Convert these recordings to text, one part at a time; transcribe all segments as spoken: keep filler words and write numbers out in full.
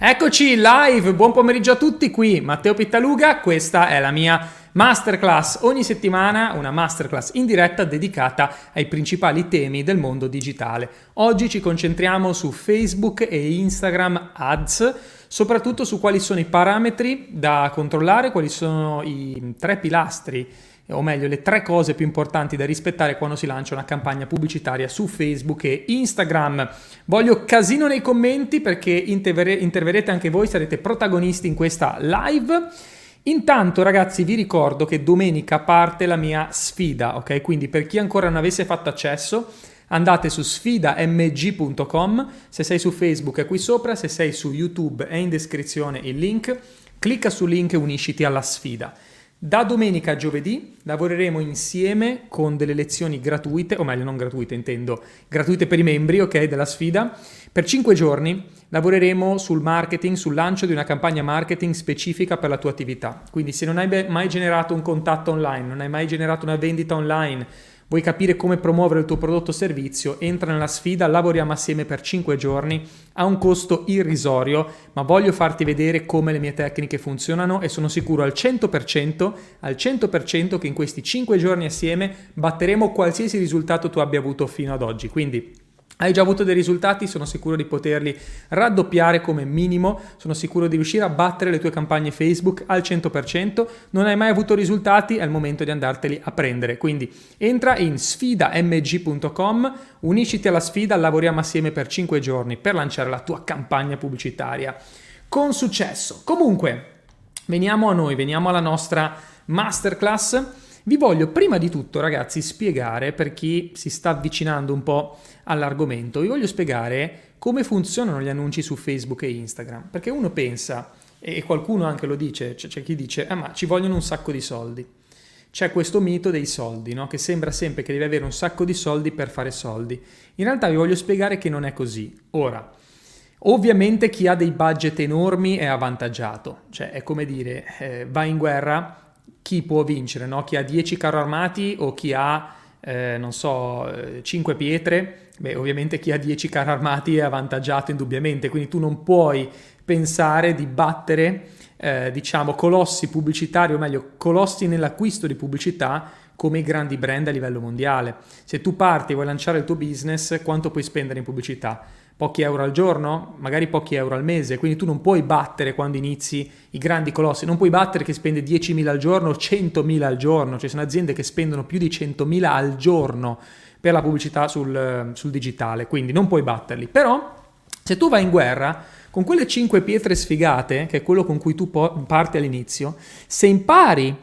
Eccoci live, buon pomeriggio a tutti, qui Matteo Pittaluga, questa è la mia masterclass ogni settimana, una masterclass in diretta dedicata ai principali temi del mondo digitale. Oggi ci concentriamo su Facebook e Instagram Ads, soprattutto su quali sono i parametri da controllare, quali sono i tre pilastri, o meglio le tre cose più importanti da rispettare quando si lancia una campagna pubblicitaria su Facebook e Instagram. Voglio casino nei commenti perché intervere- interverrete anche voi, sarete protagonisti in questa live. Intanto ragazzi vi ricordo che domenica parte la mia sfida, ok? Quindi per chi ancora non avesse fatto accesso andate su sfida m g punto com, se sei su Facebook è qui sopra, se sei su YouTube è in descrizione il link, clicca sul link e unisciti alla sfida. Da domenica a giovedì lavoreremo insieme con delle lezioni gratuite, o meglio non gratuite intendo, gratuite per i membri, ok, della sfida. Per cinque giorni lavoreremo sul marketing, sul lancio di una campagna marketing specifica per la tua attività. Quindi se non hai mai generato un contatto online, non hai mai generato una vendita online, vuoi capire come promuovere il tuo prodotto o servizio, entra nella sfida, lavoriamo assieme per cinque giorni, ha un costo irrisorio, ma voglio farti vedere come le mie tecniche funzionano e sono sicuro al cento per cento, al cento per cento che in questi cinque giorni assieme batteremo qualsiasi risultato tu abbia avuto fino ad oggi. Quindi hai già avuto dei risultati, sono sicuro di poterli raddoppiare come minimo, sono sicuro di riuscire a battere le tue campagne Facebook al cento per cento, non hai mai avuto risultati, è il momento di andarteli a prendere. Quindi entra in sfida m g punto com, unisciti alla sfida, lavoriamo assieme per cinque giorni per lanciare la tua campagna pubblicitaria con successo. Comunque, veniamo a noi, veniamo alla nostra masterclass. Vi voglio prima di tutto ragazzi spiegare, per chi si sta avvicinando un po' all'argomento, vi voglio spiegare come funzionano gli annunci su Facebook e Instagram, perché uno pensa, e qualcuno anche lo dice, c'è, c'è chi dice eh, ma ci vogliono un sacco di soldi, c'è questo mito dei soldi, no? Che sembra sempre che devi avere un sacco di soldi per fare soldi. In realtà vi voglio spiegare che non è così. Ora, ovviamente chi ha dei budget enormi è avvantaggiato, cioè è come dire eh, va in guerra, chi può vincere, no? Chi ha dieci carri armati o chi ha, eh, non so, cinque pietre, beh, ovviamente chi ha dieci carri armati è avvantaggiato indubbiamente, quindi tu non puoi pensare di battere, eh, diciamo, colossi pubblicitari, o meglio, colossi nell'acquisto di pubblicità come i grandi brand a livello mondiale. Se tu parti e vuoi lanciare il tuo business, quanto puoi spendere in pubblicità? Pochi euro al giorno, magari pochi euro al mese, quindi tu non puoi battere quando inizi i grandi colossi, non puoi battere che spende diecimila al giorno o centomila al giorno, ci sono aziende che spendono più di centomila al giorno per la pubblicità sul, sul digitale, quindi non puoi batterli. Però se tu vai in guerra con quelle cinque pietre sfigate, che è quello con cui tu parti all'inizio, se impari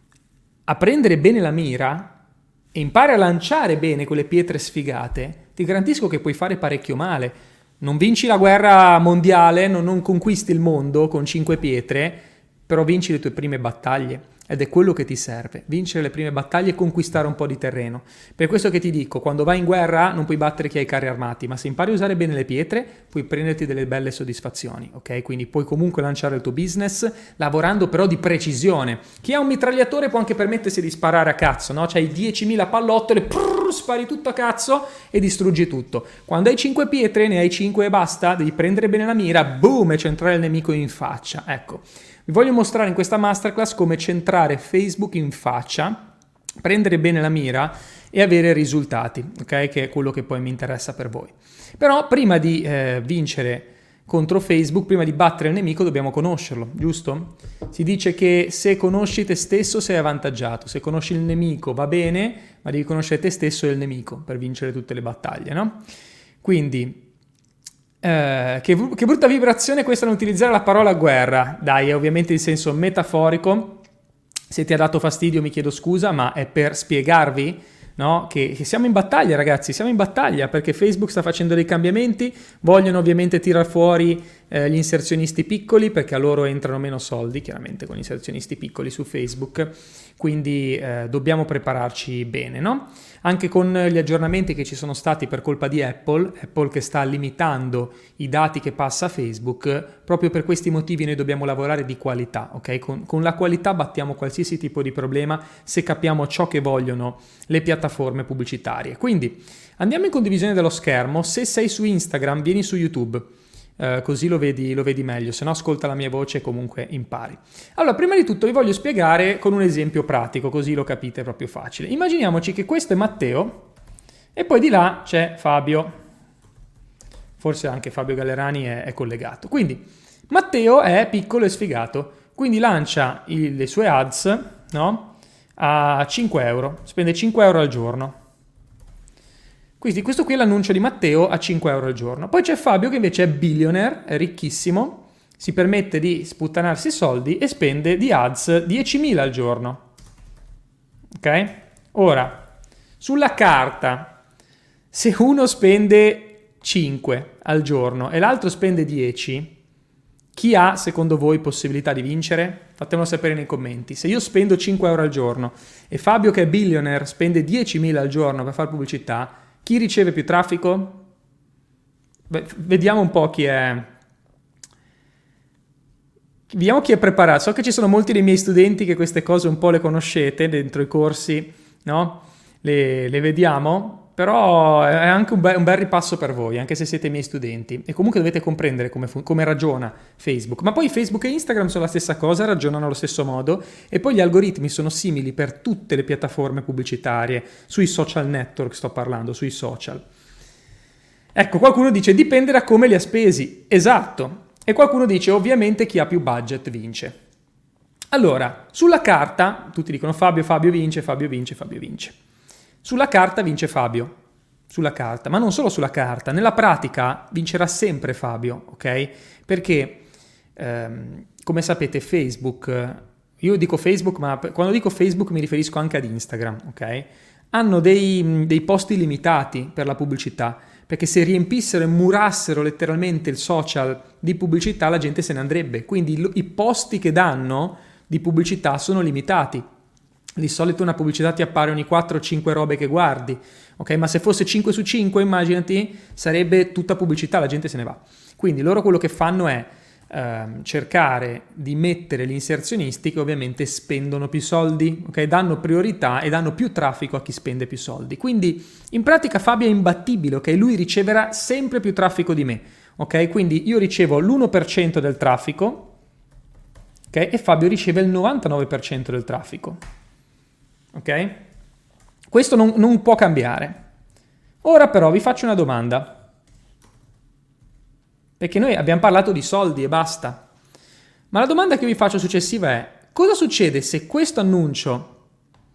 a prendere bene la mira e impari a lanciare bene quelle pietre sfigate, ti garantisco che puoi fare parecchio male. Non vinci la guerra mondiale, non, non conquisti il mondo con cinque pietre, però vinci le tue prime battaglie. Ed è quello che ti serve, vincere le prime battaglie e conquistare un po' di terreno. Per questo che ti dico, quando vai in guerra non puoi battere chi ha i carri armati, ma se impari a usare bene le pietre puoi prenderti delle belle soddisfazioni, ok? Quindi puoi comunque lanciare il tuo business lavorando però di precisione. Chi ha un mitragliatore può anche permettersi di sparare a cazzo, no? C'hai diecimila pallottole, prrr, spari tutto a cazzo e distruggi tutto. Quando hai cinque pietre, ne hai cinque e basta, devi prendere bene la mira, boom, e centrare il nemico in faccia, ecco. Vi voglio mostrare in questa masterclass come centrare Facebook in faccia, prendere bene la mira e avere risultati, ok? Che è quello che poi mi interessa per voi. Però prima di eh, vincere contro Facebook, prima di battere il nemico dobbiamo conoscerlo, giusto? Si dice che se conosci te stesso sei avvantaggiato, se conosci il nemico va bene, ma devi conoscere te stesso e il nemico per vincere tutte le battaglie, no? Quindi Eh, che, che brutta vibrazione questa non utilizzare la parola guerra. Dai, è ovviamente in senso metaforico. Se ti ha dato fastidio mi chiedo scusa, ma è per spiegarvi, no? Che, che siamo in battaglia, ragazzi, siamo in battaglia perché Facebook sta facendo dei cambiamenti, vogliono ovviamente tirar fuori eh, gli inserzionisti piccoli perché a loro entrano meno soldi, chiaramente con gli inserzionisti piccoli su Facebook, quindi eh, dobbiamo prepararci bene, no? Anche con gli aggiornamenti che ci sono stati per colpa di Apple, Apple che sta limitando i dati che passa a Facebook, proprio per questi motivi noi dobbiamo lavorare di qualità, ok? Con, con la qualità battiamo qualsiasi tipo di problema se capiamo ciò che vogliono le piattaforme pubblicitarie. Quindi andiamo in condivisione dello schermo, se sei su Instagram vieni su YouTube, Uh, così lo vedi, lo vedi meglio, se no ascolta la mia voce e comunque impari. Allora, prima di tutto vi voglio spiegare con un esempio pratico, così lo capite proprio facile. Immaginiamoci che questo è Matteo e poi di là c'è Fabio, forse anche Fabio Gallerani è, è collegato. Quindi Matteo è piccolo e sfigato, quindi lancia il, le sue ads, no? A cinque euro, spende cinque euro al giorno. Quindi questo qui è l'annuncio di Matteo a cinque euro al giorno. Poi c'è Fabio che invece è billionaire, è ricchissimo, si permette di sputtanarsi i soldi e spende di ads diecimila al giorno. Ok? Ora, sulla carta, se uno spende cinque al giorno e l'altro spende dieci, chi ha secondo voi possibilità di vincere? Fatemelo sapere nei commenti. Se io spendo cinque euro al giorno e Fabio che è billionaire spende diecimila al giorno per fare pubblicità, chi riceve più traffico? Beh, vediamo un po' chi è... Vediamo chi è preparato. So che ci sono molti dei miei studenti che queste cose un po' le conoscete dentro i corsi, no? Le, le vediamo, però è anche un, be- un bel ripasso per voi, anche se siete miei studenti. E comunque dovete comprendere come, fu- come ragiona Facebook. Ma poi Facebook e Instagram sono la stessa cosa, ragionano allo stesso modo, e poi gli algoritmi sono simili per tutte le piattaforme pubblicitarie, sui social network sto parlando, sui social. Ecco, qualcuno dice dipende da come li ha spesi. Esatto. E qualcuno dice ovviamente chi ha più budget vince. Allora, sulla carta, tutti dicono Fabio, Fabio vince, Fabio vince, Fabio vince. Sulla carta vince Fabio, sulla carta, ma non solo sulla carta, nella pratica vincerà sempre Fabio, ok? Perché, ehm, come sapete, Facebook, io dico Facebook, ma quando dico Facebook mi riferisco anche ad Instagram, ok? Hanno dei, dei posti limitati per la pubblicità, perché se riempissero e murassero letteralmente il social di pubblicità la gente se ne andrebbe, quindi i posti che danno di pubblicità sono limitati. Di solito una pubblicità ti appare ogni quattro o cinque robe che guardi, ok? Ma se fosse cinque su cinque, immaginati, sarebbe tutta pubblicità, la gente se ne va. Quindi loro quello che fanno è ehm, cercare di mettere gli inserzionisti che ovviamente spendono più soldi, ok? Danno priorità e danno più traffico a chi spende più soldi. Quindi in pratica Fabio è imbattibile, ok? Lui riceverà sempre più traffico di me, ok? Quindi io ricevo l'uno per cento del traffico, ok? E Fabio riceve il novantanove per cento del traffico. Ok? Questo non, non può cambiare. Ora però vi faccio una domanda. Perché noi abbiamo parlato di soldi e basta. Ma la domanda che vi faccio successiva è: cosa succede se questo annuncio,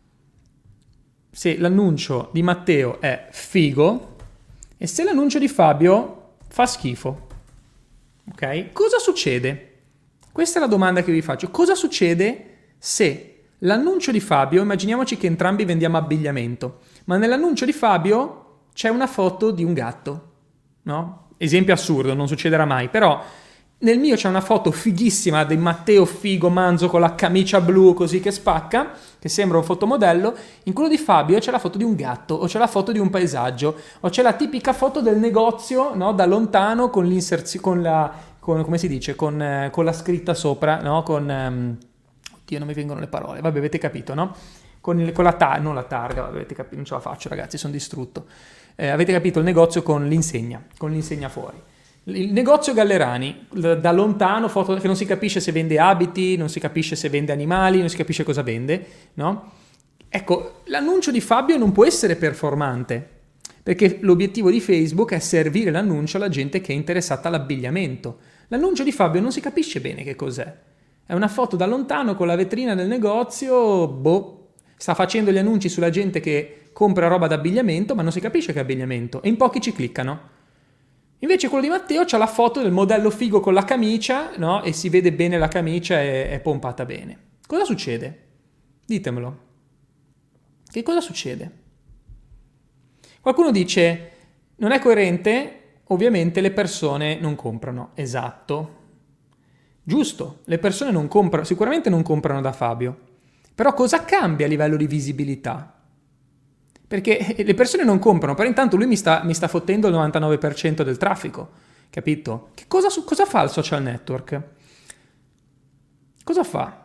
se l'annuncio di Matteo è figo e se l'annuncio di Fabio fa schifo? Ok? Cosa succede? Questa è la domanda che vi faccio. Cosa succede se l'annuncio di Fabio, immaginiamoci che entrambi vendiamo abbigliamento, ma nell'annuncio di Fabio c'è una foto di un gatto, no? Esempio assurdo, non succederà mai, però nel mio c'è una foto fighissima di Matteo figo manzo con la camicia blu così che spacca, che sembra un fotomodello. In quello di Fabio c'è la foto di un gatto, o c'è la foto di un paesaggio, o c'è la tipica foto del negozio, no? Da lontano con l'inserzio, con la, con, come si dice, con, eh, con la scritta sopra, no? Con... Ehm, Io non mi vengono le parole, vabbè, avete capito, no? Con, il, con la targa, non la targa, avete capito, non ce la faccio ragazzi, sono distrutto. Eh, avete capito il negozio con l'insegna, con l'insegna fuori. Il negozio Gallerani, da lontano, foto che non si capisce se vende abiti, non si capisce se vende animali, non si capisce cosa vende, no? Ecco, l'annuncio di Fabio non può essere performante, perché l'obiettivo di Facebook è servire l'annuncio alla gente che è interessata all'abbigliamento. L'annuncio di Fabio non si capisce bene che cos'è. È una foto da lontano con la vetrina del negozio, boh, sta facendo gli annunci sulla gente che compra roba d'abbigliamento, ma non si capisce che è abbigliamento, e in pochi ci cliccano. Invece quello di Matteo c'ha la foto del modello figo con la camicia, no? E si vede bene la camicia, è, è pompata bene. Cosa succede? Ditemelo. Che cosa succede? Qualcuno dice, non è coerente, ovviamente le persone non comprano. Esatto. Giusto, le persone non comprano, sicuramente non comprano da Fabio, però cosa cambia a livello di visibilità? Perché le persone non comprano, però intanto lui mi sta, mi sta fottendo il novantanove per cento del traffico, capito? Che cosa, cosa fa il social network? Cosa fa?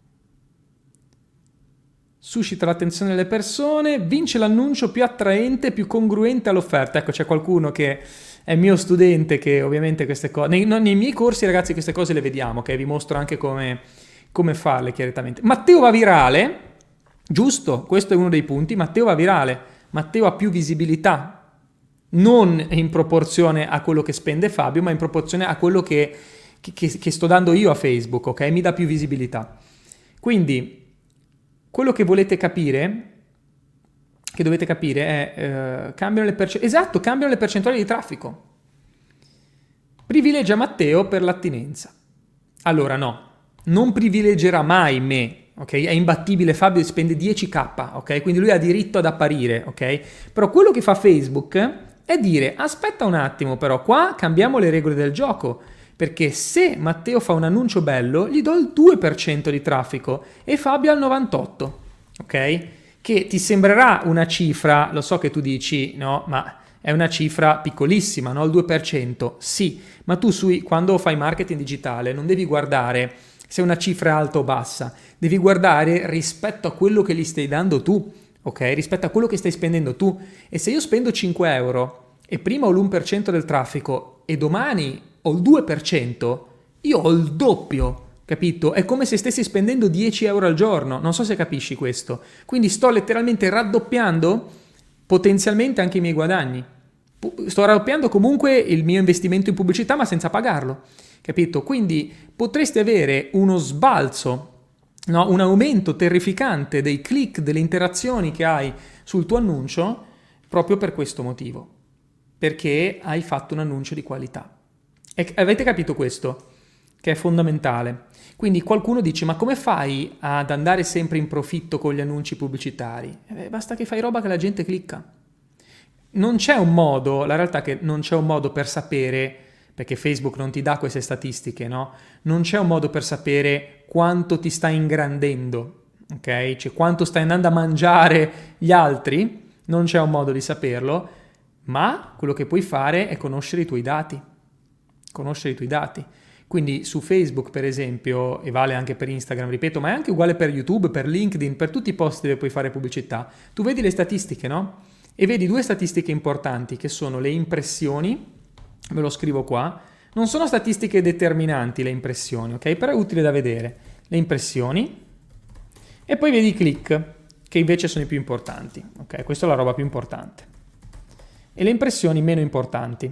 Suscita l'attenzione delle persone, vince l'annuncio più attraente, più congruente all'offerta. Ecco, c'è qualcuno che è il mio studente che ovviamente queste cose... Nei, no, nei miei corsi, ragazzi, queste cose le vediamo, ok? Vi mostro anche come, come farle chiaramente. Matteo va virale, giusto? Questo è uno dei punti. Matteo va virale. Matteo ha più visibilità, non in proporzione a quello che spende Fabio, ma in proporzione a quello che, che, che sto dando io a Facebook, ok? Mi dà più visibilità. Quindi, quello che volete capire... che dovete capire è eh, cambiano le percentuali, esatto, cambiano le percentuali di traffico. Privilegia Matteo per l'attinenza. Allora no, non privilegerà mai me, ok? È imbattibile, Fabio spende dieci k, ok? Quindi lui ha diritto ad apparire, ok? Però quello che fa Facebook è dire, aspetta un attimo però, qua cambiamo le regole del gioco, perché se Matteo fa un annuncio bello, gli do il due per cento di traffico e Fabio al novantotto per cento, ok? Che ti sembrerà una cifra, lo so che tu dici, no, ma è una cifra piccolissima, no? Il due per cento, sì, ma tu sui, quando fai marketing digitale non devi guardare se una cifra è alta o bassa, devi guardare rispetto a quello che gli stai dando tu, ok? Rispetto a quello che stai spendendo tu. E se io spendo cinque euro e prima ho l'uno per cento del traffico e domani ho il due per cento, io ho il doppio. Capito? È come se stessi spendendo dieci euro al giorno, non so se capisci questo. Quindi sto letteralmente raddoppiando potenzialmente anche i miei guadagni. Sto raddoppiando comunque il mio investimento in pubblicità, ma senza pagarlo. Capito? Quindi potresti avere uno sbalzo, no? Un aumento terrificante dei click, delle interazioni che hai sul tuo annuncio, proprio per questo motivo. Perché hai fatto un annuncio di qualità. E avete capito questo? Che è fondamentale. Quindi qualcuno dice, ma come fai ad andare sempre in profitto con gli annunci pubblicitari? Eh, basta che fai roba che la gente clicca. Non c'è un modo, la realtà è che non c'è un modo per sapere, perché Facebook non ti dà queste statistiche, no? Non c'è un modo per sapere quanto ti sta ingrandendo, ok? Cioè quanto stai andando a mangiare gli altri, non c'è un modo di saperlo, ma quello che puoi fare è conoscere i tuoi dati. Conoscere i tuoi dati. Quindi su Facebook, per esempio, e vale anche per Instagram, ripeto, ma è anche uguale per YouTube, per LinkedIn, per tutti i posti dove puoi fare pubblicità. Tu vedi le statistiche, no? E vedi due statistiche importanti, che sono le impressioni, ve lo scrivo qua, non sono statistiche determinanti le impressioni, ok? Però è utile da vedere. Le impressioni, e poi vedi i click, che invece sono i più importanti, ok? Questa è la roba più importante. E le impressioni meno importanti,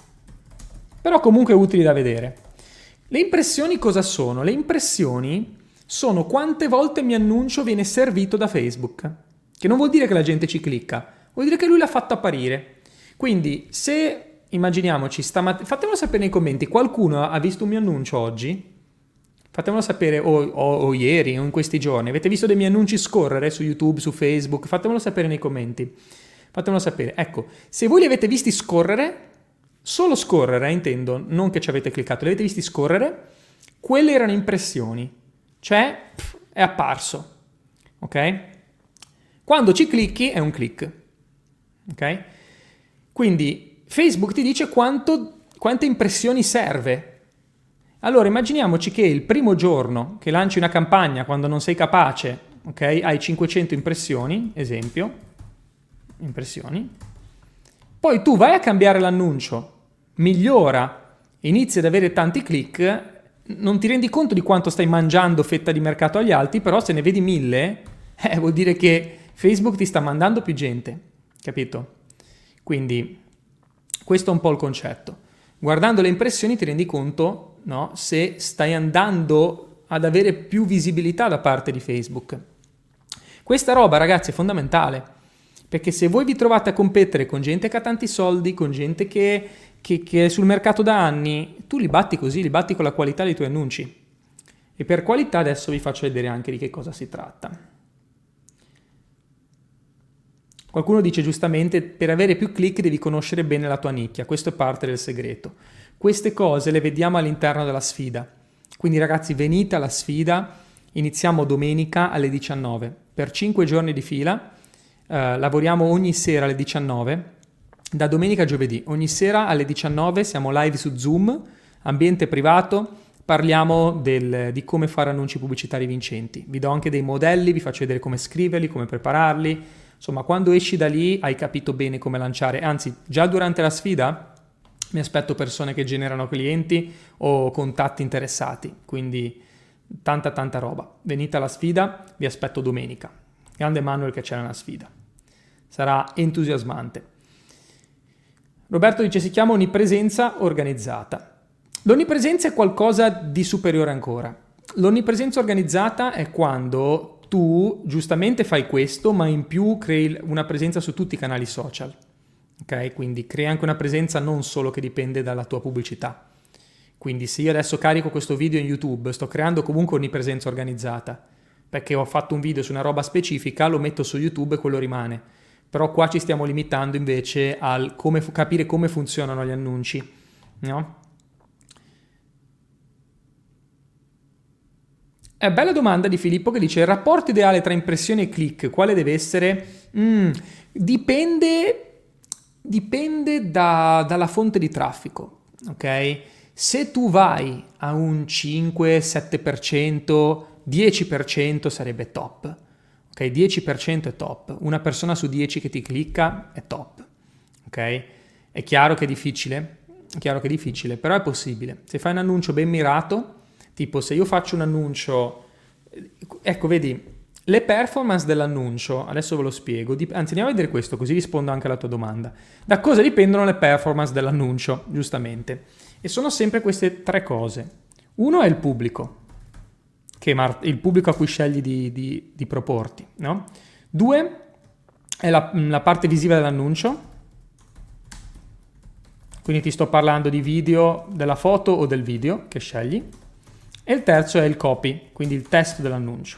però comunque utili da vedere. Le impressioni cosa sono? Le impressioni sono quante volte il mio annuncio viene servito da Facebook, che non vuol dire che la gente ci clicca, vuol dire che lui l'ha fatto apparire. Quindi se, immaginiamoci, stamattina, fatemelo sapere nei commenti, qualcuno ha visto un mio annuncio oggi? Fatemelo sapere o, o, o ieri o in questi giorni. Avete visto dei miei annunci scorrere su YouTube, su Facebook? Fatemelo sapere nei commenti. Fatemelo sapere. Ecco, se voi li avete visti scorrere, solo scorrere, eh, intendo, non che ci avete cliccato, li avete visti scorrere, quelle erano impressioni, cioè pff, è apparso, ok? Quando ci clicchi è un click, ok? Quindi Facebook ti dice quanto, quante impressioni serve. Allora immaginiamoci che il primo giorno che lanci una campagna quando non sei capace, ok? Hai cinquecento impressioni, esempio, impressioni, poi tu vai a cambiare l'annuncio, migliora, inizi ad avere tanti click, non ti rendi conto di quanto stai mangiando fetta di mercato agli altri, però se ne vedi mille, eh, vuol dire che Facebook ti sta mandando più gente, capito? Quindi questo è un po' il concetto. Guardando le impressioni ti rendi conto, no, se stai andando ad avere più visibilità da parte di Facebook. Questa roba, ragazzi, è fondamentale. Perché se voi vi trovate a competere con gente che ha tanti soldi, con gente che, che, che è sul mercato da anni, tu li batti così, li batti con la qualità dei tuoi annunci. E per qualità adesso vi faccio vedere anche di che cosa si tratta. Qualcuno dice giustamente, per avere più click devi conoscere bene la tua nicchia, questo è parte del segreto. Queste cose le vediamo all'interno della sfida. Quindi ragazzi, venite alla sfida, iniziamo domenica alle diciannove, per cinque giorni di fila. Uh, lavoriamo ogni sera alle diciannove, da domenica a giovedì, ogni sera alle diciannove siamo live su Zoom, ambiente privato, parliamo del, di come fare annunci pubblicitari vincenti. Vi do anche dei modelli, vi faccio vedere come scriverli, come prepararli. Insomma, quando esci da lì hai capito bene come lanciare. Anzi, già durante la sfida mi aspetto persone che generano clienti o contatti interessati, quindi tanta tanta roba. Venite alla sfida, vi aspetto domenica. Grande Manuel che c'è nella sfida. Sarà entusiasmante. Roberto dice si chiama onnipresenza organizzata. L'onnipresenza è qualcosa di superiore ancora. L'onnipresenza organizzata è quando tu giustamente fai questo, ma in più crei una presenza su tutti i canali social. Ok? Quindi crei anche una presenza non solo che dipende dalla tua pubblicità. Quindi se io adesso carico questo video in YouTube, sto creando comunque onnipresenza organizzata, perché ho fatto un video su una roba specifica, lo metto su YouTube e quello rimane. Però qua ci stiamo limitando invece al come fu- capire come funzionano gli annunci, no? È bella domanda di Filippo che dice il rapporto ideale tra impressione e click, quale deve essere? Mm, dipende, dipende da- dalla fonte di traffico, ok? Se tu vai a un cinque sette per cento, dieci per cento sarebbe top. Ok, dieci per cento è top. Una persona su dieci che ti clicca è top. Ok? È chiaro che è difficile, è chiaro che è difficile, però è possibile. Se fai un annuncio ben mirato, tipo se io faccio un annuncio, ecco, vedi, le performance dell'annuncio, adesso ve lo spiego, dip- anzi andiamo a vedere questo, così rispondo anche alla tua domanda. Da cosa dipendono le performance dell'annuncio, giustamente? E sono sempre queste tre cose. Uno è il pubblico, che mar- il pubblico a cui scegli di, di, di proporti, no? Due è la, la parte visiva dell'annuncio, quindi ti sto parlando di video, della foto o del video che scegli. E il terzo è il copy, quindi il testo dell'annuncio.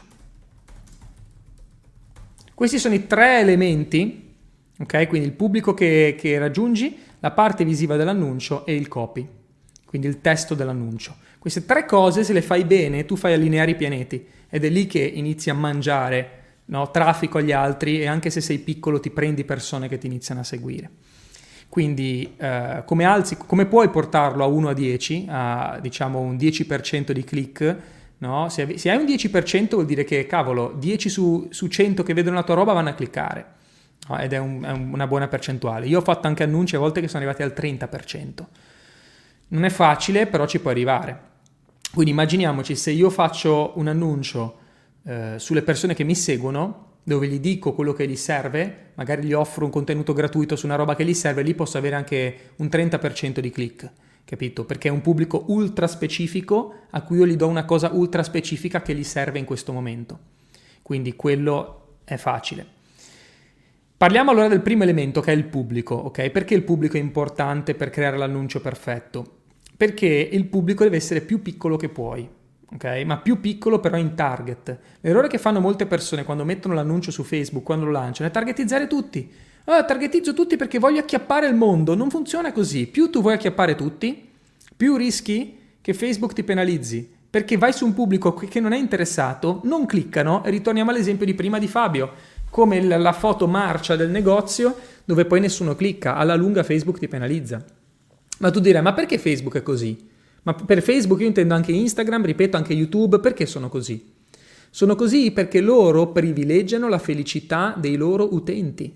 Questi sono i tre elementi, ok? Quindi il pubblico che, che raggiungi, la parte visiva dell'annuncio e il copy, quindi il testo dell'annuncio. Queste tre cose, se le fai bene, tu fai allineare i pianeti ed è lì che inizi a mangiare, no, traffico agli altri e anche se sei piccolo ti prendi persone che ti iniziano a seguire. Quindi eh, come, alzi, come puoi portarlo a uno a dieci, a diciamo un dieci per cento di click, no? Se, se hai un dieci per cento vuol dire che, cavolo, dieci su, su cento che vedono la tua roba vanno a cliccare, no? Ed è, un, è una buona percentuale. Io ho fatto anche annunci a volte che sono arrivati al trenta per cento. Non è facile, però ci puoi arrivare. Quindi immaginiamoci se io faccio un annuncio eh, sulle persone che mi seguono, dove gli dico quello che gli serve, magari gli offro un contenuto gratuito su una roba che gli serve, lì posso avere anche un trenta per cento di click, capito? Perché è un pubblico ultra specifico a cui io gli do una cosa ultra specifica che gli serve in questo momento. Quindi quello è facile. Parliamo allora del primo elemento che è il pubblico, ok? Perché il pubblico è importante per creare l'annuncio perfetto? Perché il pubblico deve essere più piccolo che puoi, ok? Ma più piccolo però in target. L'errore che fanno molte persone quando mettono l'annuncio su Facebook, quando lo lanciano, è targetizzare tutti. Ah, targetizzo tutti perché voglio acchiappare il mondo. Non funziona così. Più tu vuoi acchiappare tutti, più rischi che Facebook ti penalizzi. Perché vai su un pubblico che non è interessato, non cliccano e ritorniamo all'esempio di prima di Fabio. Come la foto marcia del negozio dove poi nessuno clicca. Alla lunga Facebook ti penalizza. Ma tu dirai, ma perché Facebook è così? Ma per Facebook io intendo anche Instagram, ripeto anche YouTube, perché sono così? Sono così perché loro privilegiano la felicità dei loro utenti.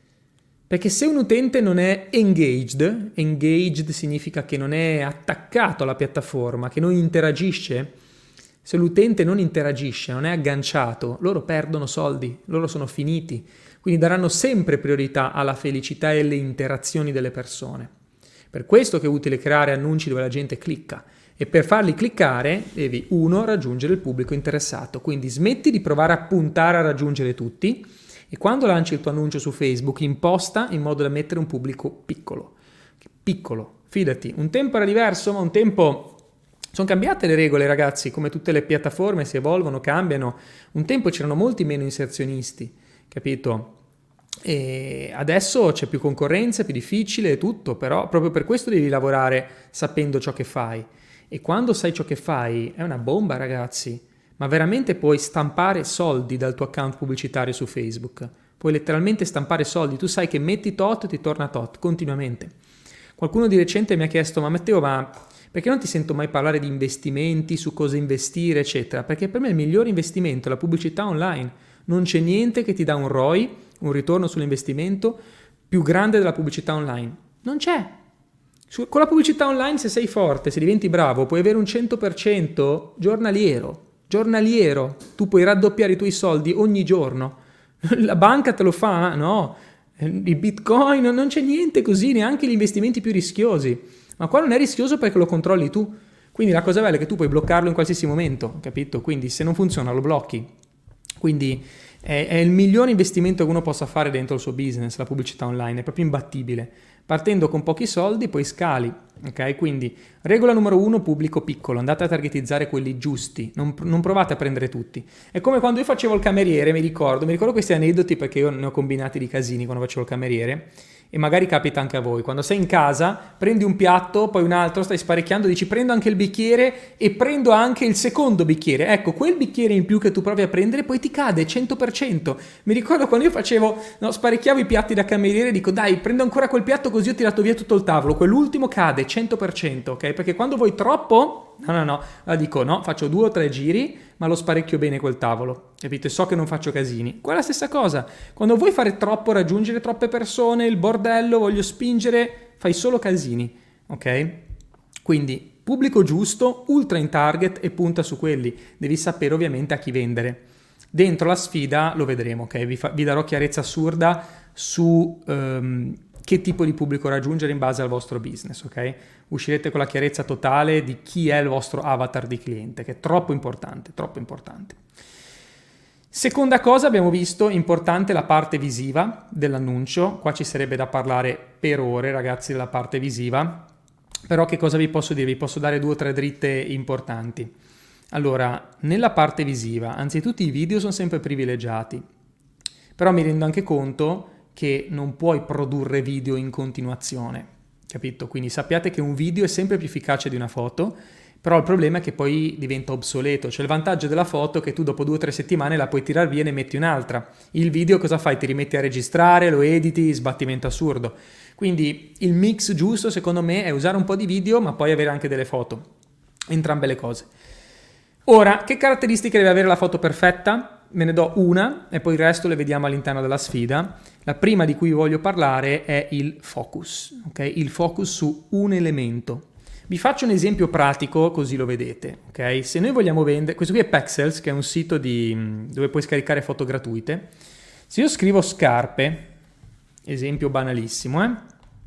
Perché se un utente non è engaged, engaged significa che non è attaccato alla piattaforma, che non interagisce, se l'utente non interagisce, non è agganciato, loro perdono soldi, loro sono finiti. Quindi daranno sempre priorità alla felicità e alle interazioni delle persone. Per questo che è utile creare annunci dove la gente clicca e per farli cliccare devi, uno, raggiungere il pubblico interessato, quindi smetti di provare a puntare a raggiungere tutti e quando lanci il tuo annuncio su Facebook imposta in modo da mettere un pubblico piccolo, piccolo, fidati, un tempo era diverso ma un tempo sono cambiate le regole ragazzi, come tutte le piattaforme si evolvono, cambiano, un tempo c'erano molti meno inserzionisti, capito? E adesso c'è più concorrenza, è più difficile e tutto, però proprio per questo devi lavorare sapendo ciò che fai. E quando sai ciò che fai è una bomba, ragazzi. Ma veramente puoi stampare soldi dal tuo account pubblicitario su Facebook. Puoi letteralmente stampare soldi. Tu sai che metti tot e ti torna tot continuamente. Qualcuno di recente mi ha chiesto, ma Matteo, ma perché non ti sento mai parlare di investimenti, su cosa investire, eccetera? Perché per me il migliore investimento è la pubblicità online. Non c'è niente che ti dà un R O I, un ritorno sull'investimento, più grande della pubblicità online. Non c'è. Su, con la pubblicità online, se sei forte, se diventi bravo, puoi avere un cento per cento giornaliero. Giornaliero. Tu puoi raddoppiare i tuoi soldi ogni giorno. La banca te lo fa? No. Il Bitcoin, non c'è niente così, neanche gli investimenti più rischiosi. Ma qua non è rischioso perché lo controlli tu. Quindi la cosa bella è che tu puoi bloccarlo in qualsiasi momento, capito? Quindi se non funziona lo blocchi. Quindi è, è il migliore investimento che uno possa fare dentro il suo business, la pubblicità online, è proprio imbattibile. Partendo con pochi soldi, poi scali, ok? Quindi regola numero uno, pubblico piccolo, andate a targetizzare quelli giusti, non, non provate a prendere tutti. È come quando io facevo il cameriere, mi ricordo, mi ricordo questi aneddoti perché io ne ho combinati di casini quando facevo il cameriere. E magari capita anche a voi, quando sei in casa prendi un piatto, poi un altro, stai sparecchiando, dici prendo anche il bicchiere e prendo anche il secondo bicchiere, ecco quel bicchiere in più che tu provi a prendere poi ti cade cento per cento. Mi ricordo quando io facevo, no, sparecchiavo i piatti da cameriere, dico dai prendo ancora quel piatto così ho tirato via tutto il tavolo, quell'ultimo cade cento per cento, ok? Perché quando vuoi troppo, no no no, allora dico no, faccio due o tre giri ma lo sparecchio bene quel tavolo, capito? E so che non faccio casini. Qua è la stessa cosa, quando vuoi fare troppo, raggiungere troppe persone, il bordello, voglio spingere, fai solo casini, ok? Quindi pubblico giusto, ultra in target e punta su quelli, devi sapere ovviamente a chi vendere. Dentro la sfida lo vedremo, ok? Vi, fa, vi darò chiarezza assurda su um, che tipo di pubblico raggiungere in base al vostro business, ok? Uscirete con la chiarezza totale di chi è il vostro avatar di cliente, che è troppo importante, troppo importante. Seconda cosa, abbiamo visto, importante la parte visiva dell'annuncio. Qua ci sarebbe da parlare per ore, ragazzi, della parte visiva. Però che cosa vi posso dire? Vi posso dare due o tre dritte importanti. Allora, nella parte visiva, anzitutto i video sono sempre privilegiati. Però mi rendo anche conto che non puoi produrre video in continuazione, capito? Quindi sappiate che un video è sempre più efficace di una foto, però il problema è che poi diventa obsoleto. Cioè il vantaggio della foto è che tu dopo due o tre settimane la puoi tirare via e ne metti un'altra. Il video cosa fai? Ti rimetti a registrare, lo editi, sbattimento assurdo. Quindi il mix giusto secondo me è usare un po' di video ma poi avere anche delle foto, entrambe le cose. Ora, che caratteristiche deve avere la foto perfetta? Me ne do una e poi il resto le vediamo all'interno della sfida. La prima di cui voglio parlare è il focus, ok? Il focus su un elemento. Vi faccio un esempio pratico così lo vedete, ok? Se noi vogliamo vendere, questo qui è Pexels, che è un sito di, dove puoi scaricare foto gratuite. Se io scrivo scarpe, esempio banalissimo, eh?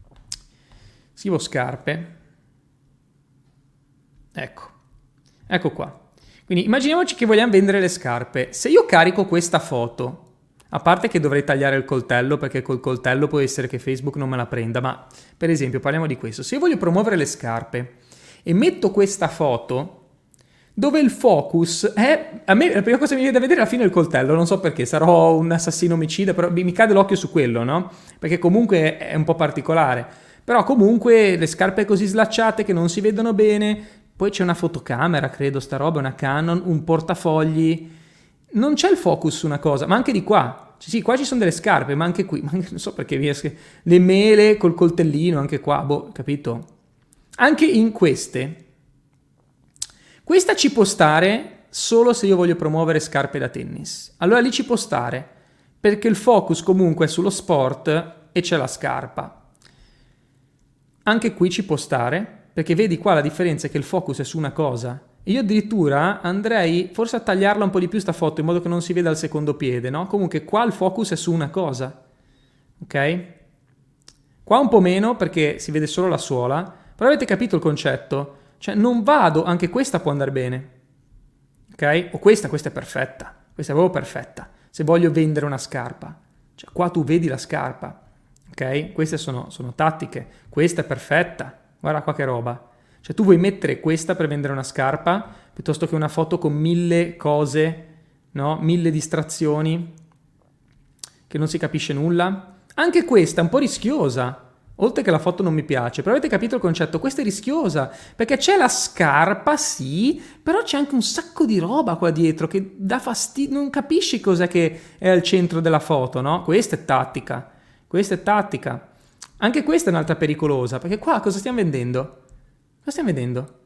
Scrivo scarpe, ecco, ecco qua. Quindi immaginiamoci che vogliamo vendere le scarpe. Se io carico questa foto, a parte che dovrei tagliare il coltello perché col coltello può essere che Facebook non me la prenda, ma per esempio parliamo di questo. Se io voglio promuovere le scarpe e metto questa foto dove il focus è... A me la prima cosa che mi viene da vedere alla fine è il coltello, non so perché, sarò un assassino omicida, però mi cade l'occhio su quello, no? Perché comunque è un po' particolare. Però comunque le scarpe così slacciate che non si vedono bene... Poi c'è una fotocamera, credo, sta roba, una Canon, un portafogli. Non c'è il focus su una cosa, ma anche di qua. Cioè, sì, qua ci sono delle scarpe, ma anche qui. Ma anche, non so perché riesco. Le mele col coltellino, anche qua, boh, capito? Anche in queste. Questa ci può stare solo se io voglio promuovere scarpe da tennis. Allora lì ci può stare, perché il focus comunque è sullo sport e c'è la scarpa. Anche qui ci può stare. Perché vedi qua la differenza è che il focus è su una cosa. E io addirittura andrei forse a tagliarla un po' di più sta foto in modo che non si veda il secondo piede, no? Comunque qua il focus è su una cosa, ok? Qua un po' meno perché si vede solo la suola, però avete capito il concetto? Cioè non vado, anche questa può andare bene, ok? O questa, questa è perfetta, questa è proprio perfetta. Se voglio vendere una scarpa, cioè qua tu vedi la scarpa, ok? Queste sono, sono tattiche, questa è perfetta. Guarda qua che roba. Cioè tu vuoi mettere questa per vendere una scarpa piuttosto che una foto con mille cose, no? Mille distrazioni che non si capisce nulla. Anche questa è un po' rischiosa. Oltre che la foto non mi piace, però avete capito il concetto? Questa è rischiosa perché c'è la scarpa, sì, però c'è anche un sacco di roba qua dietro che dà fastidio. Non capisci cos'è che è al centro della foto, no? Questa è tattica. Questa è tattica. Anche questa è un'altra pericolosa, perché qua cosa stiamo vendendo? Cosa stiamo vendendo?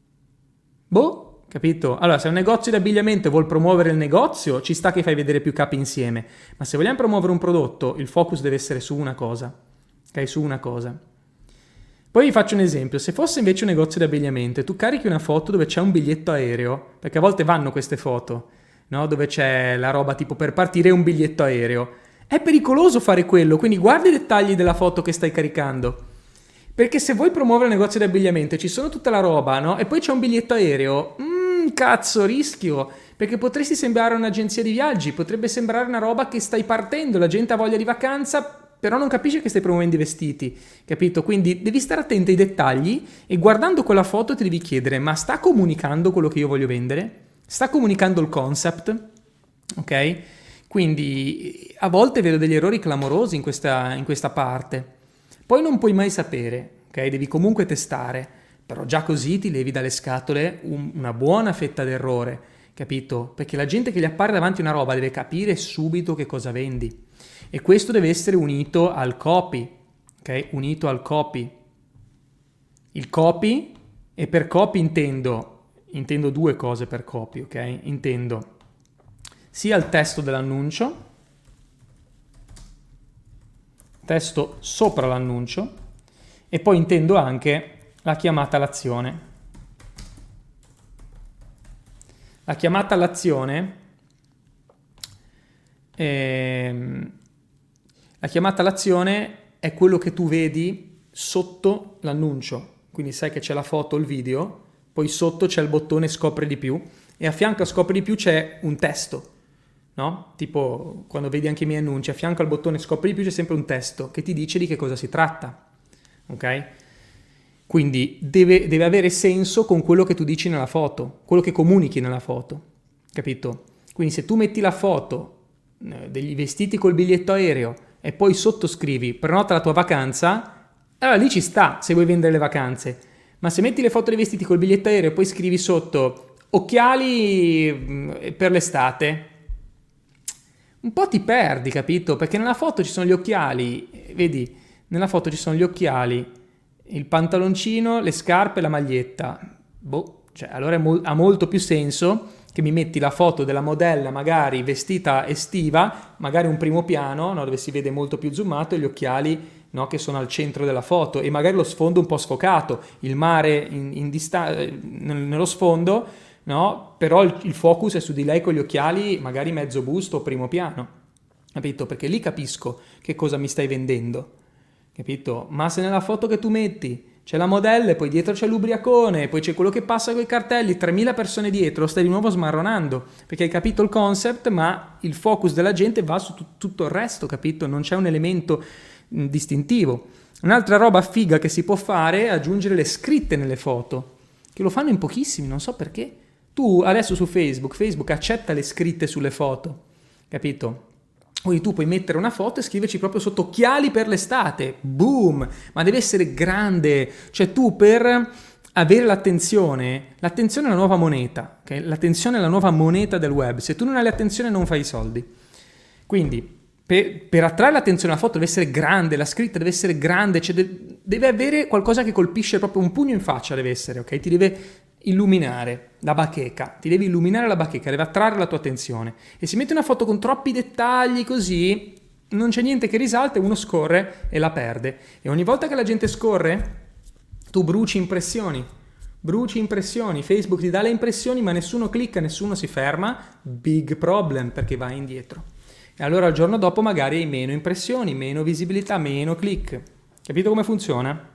Boh, capito? Allora, se un negozio di abbigliamento vuol promuovere il negozio, ci sta che fai vedere più capi insieme, ma se vogliamo promuovere un prodotto, il focus deve essere su una cosa, ok? Su una cosa. Poi vi faccio un esempio, se fosse invece un negozio di abbigliamento e tu carichi una foto dove c'è un biglietto aereo, perché a volte vanno queste foto, no? Dove c'è la roba tipo per partire e un biglietto aereo, è pericoloso fare quello, quindi guarda i dettagli della foto che stai caricando. Perché se vuoi promuovere il negozio di abbigliamento e ci sono tutta la roba, no? E poi c'è un biglietto aereo, mmm, cazzo, rischio, perché potresti sembrare un'agenzia di viaggi, potrebbe sembrare una roba che stai partendo, la gente ha voglia di vacanza, però non capisce che stai promuovendo i vestiti, capito? Quindi devi stare attento ai dettagli e guardando quella foto ti devi chiedere, ma sta comunicando quello che io voglio vendere? Sta comunicando il concept? Ok? Quindi a volte vedo degli errori clamorosi in questa, in questa parte. Poi non puoi mai sapere, ok? Devi comunque testare, però già così ti levi dalle scatole un, una buona fetta d'errore, capito? Perché la gente che gli appare davanti una roba deve capire subito che cosa vendi. E questo deve essere unito al copy, ok? Unito al copy. Il copy, e per copy intendo, intendo due cose per copy, ok? Intendo sia il testo dell'annuncio, testo sopra l'annuncio, e poi intendo anche la chiamata all'azione. La chiamata all'azione ehm, La chiamata all'azione è quello che tu vedi sotto l'annuncio, quindi sai che c'è la foto, il video, poi sotto c'è il bottone scopri di più e a fianco a scopri di più c'è un testo, no? Tipo quando vedi anche i miei annunci, a fianco al bottone scopri di più c'è sempre un testo che ti dice di che cosa si tratta, ok? Quindi deve, deve avere senso con quello che tu dici nella foto, quello che comunichi nella foto, capito? Quindi se tu metti la foto eh, degli vestiti col biglietto aereo e poi sottoscrivi prenota la tua vacanza, allora lì ci sta se vuoi vendere le vacanze. Ma se metti le foto dei vestiti col biglietto aereo e poi scrivi sotto occhiali per l'estate, un po' ti perdi, capito? Perché nella foto ci sono gli occhiali, vedi, nella foto ci sono gli occhiali, il pantaloncino, le scarpe e la maglietta. Boh, cioè allora mo- ha molto più senso che mi metti la foto della modella magari vestita estiva, magari un primo piano, no, dove si vede molto più zoomato, e gli occhiali, no, che sono al centro della foto, e magari lo sfondo un po' sfocato, il mare in, in dista- nello sfondo, no, però il, il focus è su di lei con gli occhiali magari mezzo busto o primo piano, capito? Perché lì capisco che cosa mi stai vendendo, capito? Ma se nella foto che tu metti c'è la modella e poi dietro c'è l'ubriacone, poi c'è quello che passa con i cartelli, tremila persone dietro, stai di nuovo smarronando, perché hai capito il concept, ma il focus della gente va su t- tutto il resto, capito? Non c'è un elemento mh, distintivo. Un'altra roba figa che si può fare è aggiungere le scritte nelle foto, che lo fanno in pochissimi, non so perché. Tu adesso su Facebook, Facebook accetta le scritte sulle foto, capito? Quindi tu puoi mettere una foto e scriverci proprio sotto occhiali per l'estate, boom, ma deve essere grande, cioè tu per avere l'attenzione, l'attenzione è la nuova moneta, okay? L'attenzione è la nuova moneta del web, se tu non hai l'attenzione non fai i soldi, quindi per, per attrarre l'attenzione la foto deve essere grande, la scritta deve essere grande, cioè de- deve avere qualcosa che colpisce proprio un pugno in faccia, deve essere, ok? Ti deve illuminare la bacheca, ti devi illuminare la bacheca, deve attrarre la tua attenzione. E se metti una foto con troppi dettagli così, non c'è niente che risalta e uno scorre e la perde. E ogni volta che la gente scorre, tu bruci impressioni, bruci impressioni, Facebook ti dà le impressioni ma nessuno clicca, nessuno si ferma, big problem perché vai indietro. E allora il giorno dopo magari hai meno impressioni, meno visibilità, meno click. Capito come funziona?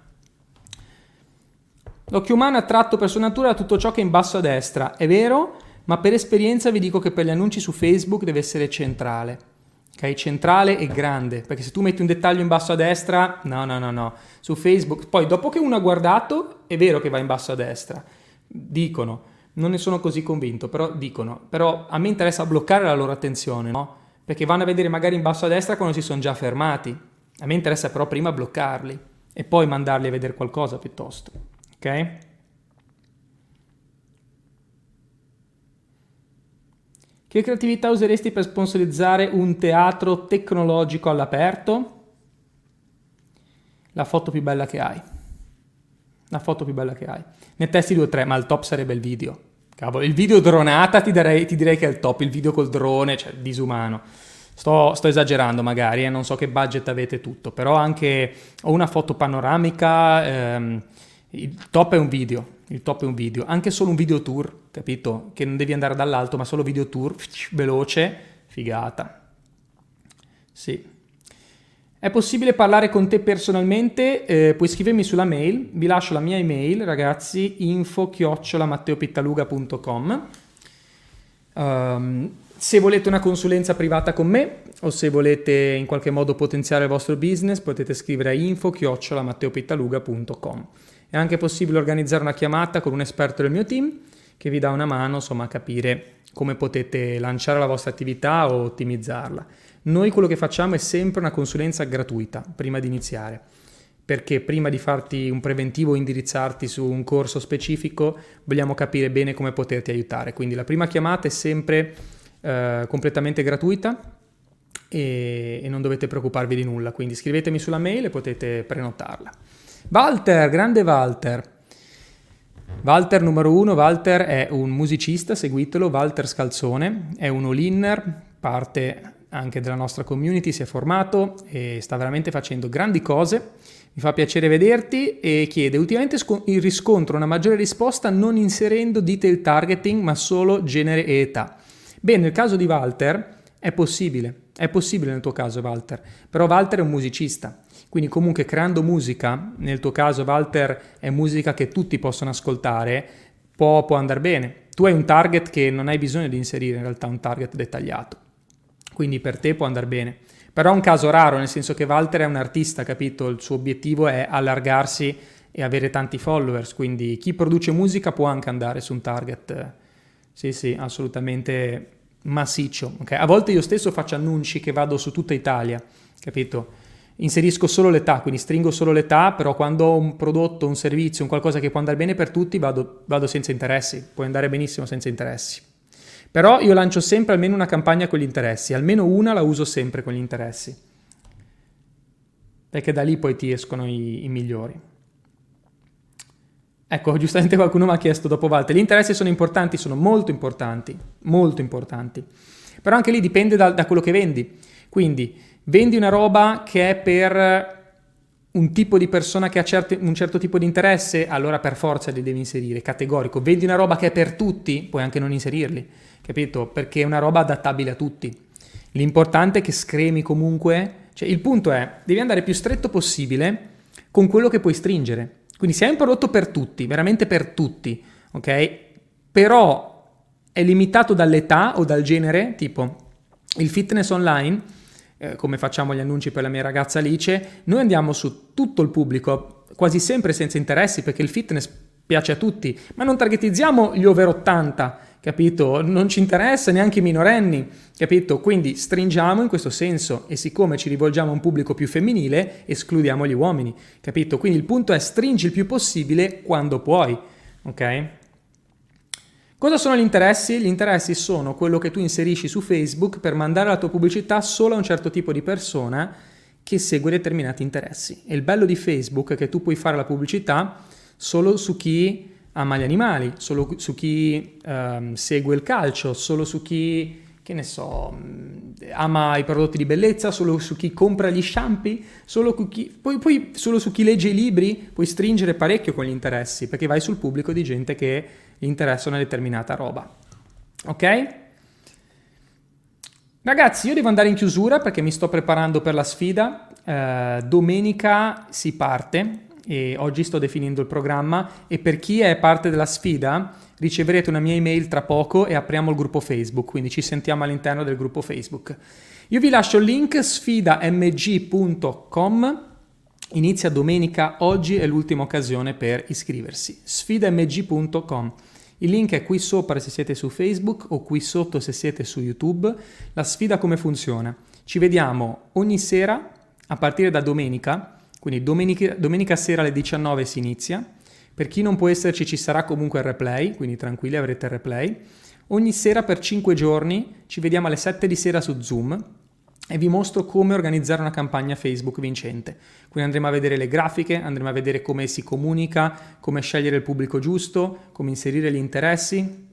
L'occhio umano è attratto per sua natura da tutto ciò che è in basso a destra, è vero, ma per esperienza vi dico che per gli annunci su Facebook deve essere centrale, ok? Centrale e grande, perché se tu metti un dettaglio in basso a destra, no, no, no, no, su Facebook, poi dopo che uno ha guardato, è vero che va in basso a destra, dicono, non ne sono così convinto, però dicono, però a me interessa bloccare la loro attenzione, no? Perché vanno a vedere magari in basso a destra quando si sono già fermati, a me interessa però prima bloccarli e poi mandarli a vedere qualcosa piuttosto. Ok? Che creatività useresti per sponsorizzare un teatro tecnologico all'aperto? La foto più bella che hai. La foto più bella che hai. Ne testi due o tre, ma il top sarebbe il video. Cavolo, il video dronata ti direi, ti direi che è il top, il video col drone, cioè disumano. Sto, sto esagerando magari, eh, non so che budget avete tutto, però anche ho una foto panoramica, ehm, il top è un video, il top è un video, anche solo un video tour, capito? Che non devi andare dall'alto, ma solo video tour, veloce, figata. Sì. È possibile parlare con te personalmente? Eh, puoi scrivermi sulla mail, vi lascio la mia email, ragazzi, info chiocciola matteopittaluga punto com. Um, se volete una consulenza privata con me o se volete in qualche modo potenziare il vostro business, potete scrivere a info chiocciola matteopittaluga punto com. È anche possibile organizzare una chiamata con un esperto del mio team che vi dà una mano, insomma, a capire come potete lanciare la vostra attività o ottimizzarla. Noi quello che facciamo è sempre una consulenza gratuita prima di iniziare, perché prima di farti un preventivo o indirizzarti su un corso specifico vogliamo capire bene come poterti aiutare. Quindi la prima chiamata è sempre eh, completamente gratuita e, e non dovete preoccuparvi di nulla, quindi scrivetemi sulla mail e potete prenotarla. Walter, grande Walter. Walter numero uno, Walter è un musicista, seguitelo, Walter Scalzone, è un all-inner, parte anche della nostra community, si è formato e sta veramente facendo grandi cose. Mi fa piacere vederti e chiede: ultimamente riscontro una maggiore risposta non inserendo detail targeting ma solo genere e età. Bene, nel caso di Walter è possibile, è possibile nel tuo caso Walter, però Walter è un musicista, quindi comunque creando musica, nel tuo caso Walter è musica che tutti possono ascoltare, può, può andare bene. Tu hai un target che non hai bisogno di inserire in realtà, un target dettagliato, quindi per te può andare bene. Però è un caso raro, nel senso che Walter è un artista, capito? Il suo obiettivo è allargarsi e avere tanti followers, quindi chi produce musica può anche andare su un target, sì sì, assolutamente massiccio. Okay? A volte io stesso faccio annunci che vado su tutta Italia, capito? Inserisco solo l'età, quindi stringo solo l'età, però quando ho un prodotto, un servizio, un qualcosa che può andare bene per tutti, vado, vado senza interessi, puoi andare benissimo senza interessi. Però io lancio sempre almeno una campagna con gli interessi, almeno una la uso sempre con gli interessi, perché da lì poi ti escono i, i migliori. Ecco, giustamente qualcuno mi ha chiesto dopo Walter, gli interessi sono importanti? Sono molto importanti, molto importanti, però anche lì dipende da, da quello che vendi, quindi vendi una roba che è per un tipo di persona che ha certi, un certo tipo di interesse, allora per forza li devi inserire, categorico. Vendi una roba che è per tutti, puoi anche non inserirli, capito? Perché è una roba adattabile a tutti. L'importante è che scremi comunque, cioè il punto è, devi andare più stretto possibile con quello che puoi stringere. Quindi se hai un prodotto per tutti, veramente per tutti, ok? Però è limitato dall'età o dal genere, tipo il fitness online, eh, come facciamo gli annunci per la mia ragazza Alice, noi andiamo su tutto il pubblico, quasi sempre senza interessi, perché il fitness piace a tutti, ma non targetizziamo gli over ottanta, capito? Non ci interessa neanche i minorenni, capito? Quindi stringiamo in questo senso e siccome ci rivolgiamo a un pubblico più femminile, escludiamo gli uomini, capito? Quindi il punto è stringi il più possibile quando puoi, ok? Cosa sono gli interessi? Gli interessi sono quello che tu inserisci su Facebook per mandare la tua pubblicità solo a un certo tipo di persona che segue determinati interessi. E il bello di Facebook è che tu puoi fare la pubblicità solo su chi ama gli animali, solo su chi um, segue il calcio, solo su chi, che ne so, ama i prodotti di bellezza, solo su chi compra gli shampoo, solo, su chi, poi, poi solo su chi legge i libri, puoi stringere parecchio con gli interessi, perché vai sul pubblico di gente che gli interessa una determinata roba. Ok? Ragazzi, io devo andare in chiusura perché mi sto preparando per la sfida. Eh, domenica si parte e oggi sto definendo il programma e per chi è parte della sfida riceverete una mia email tra poco e apriamo il gruppo Facebook, quindi ci sentiamo all'interno del gruppo Facebook. Io vi lascio il link sfida m g punto com, inizia domenica, oggi è l'ultima occasione per iscriversi, sfida m g punto com. Il link è qui sopra se siete su Facebook o qui sotto se siete su YouTube. La sfida come funziona? Ci vediamo ogni sera a partire da domenica, quindi domenica, domenica sera alle diciannove si inizia. Per chi non può esserci ci sarà comunque il replay, quindi tranquilli avrete il replay. Ogni sera per cinque giorni ci vediamo alle sette di sera su Zoom e vi mostro come organizzare una campagna Facebook vincente. Quindi andremo a vedere le grafiche, andremo a vedere come si comunica, come scegliere il pubblico giusto, come inserire gli interessi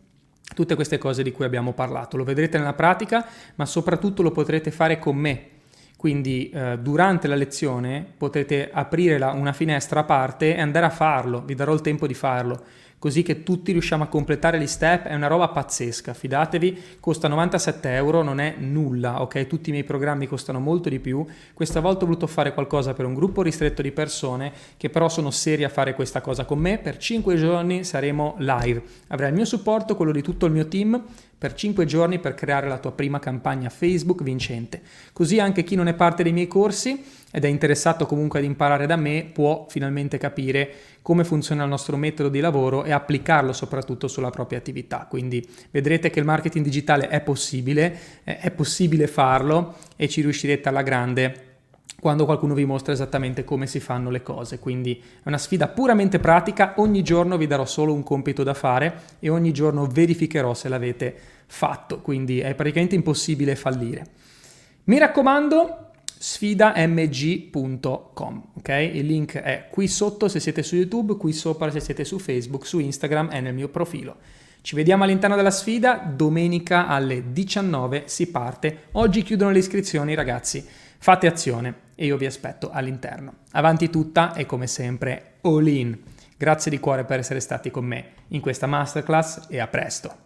tutte queste cose di cui abbiamo parlato. Lo vedrete nella pratica, ma soprattutto lo potrete fare con me. Quindi eh, durante la lezione potrete aprire la, una finestra a parte e andare a farlo, vi darò il tempo di farlo, così che tutti riusciamo a completare gli step. È una roba pazzesca, fidatevi, costa novantasette euro, non è nulla, ok? Tutti i miei programmi costano molto di più. Questa volta ho voluto fare qualcosa per un gruppo ristretto di persone che però sono serie a fare questa cosa con me. Per cinque giorni saremo live, avrai il mio supporto, quello di tutto il mio team, per cinque giorni per creare la tua prima campagna Facebook vincente. Così anche chi non è parte dei miei corsi ed è interessato comunque ad imparare da me può finalmente capire come funziona il nostro metodo di lavoro e applicarlo soprattutto sulla propria attività. Quindi vedrete che il marketing digitale è possibile, è possibile farlo e ci riuscirete alla grande quando qualcuno vi mostra esattamente come si fanno le cose. Quindi è una sfida puramente pratica, ogni giorno vi darò solo un compito da fare e ogni giorno verificherò se l'avete fatto, quindi è praticamente impossibile fallire. Mi raccomando, sfida m g punto com, ok? Il link è qui sotto se siete su YouTube, qui sopra se siete su Facebook, su Instagram e nel mio profilo. Ci vediamo all'interno della sfida, domenica alle diciannove si parte. Oggi chiudono le iscrizioni, ragazzi. Fate azione e io vi aspetto all'interno. Avanti tutta e come sempre all in. Grazie di cuore per essere stati con me in questa masterclass e a presto.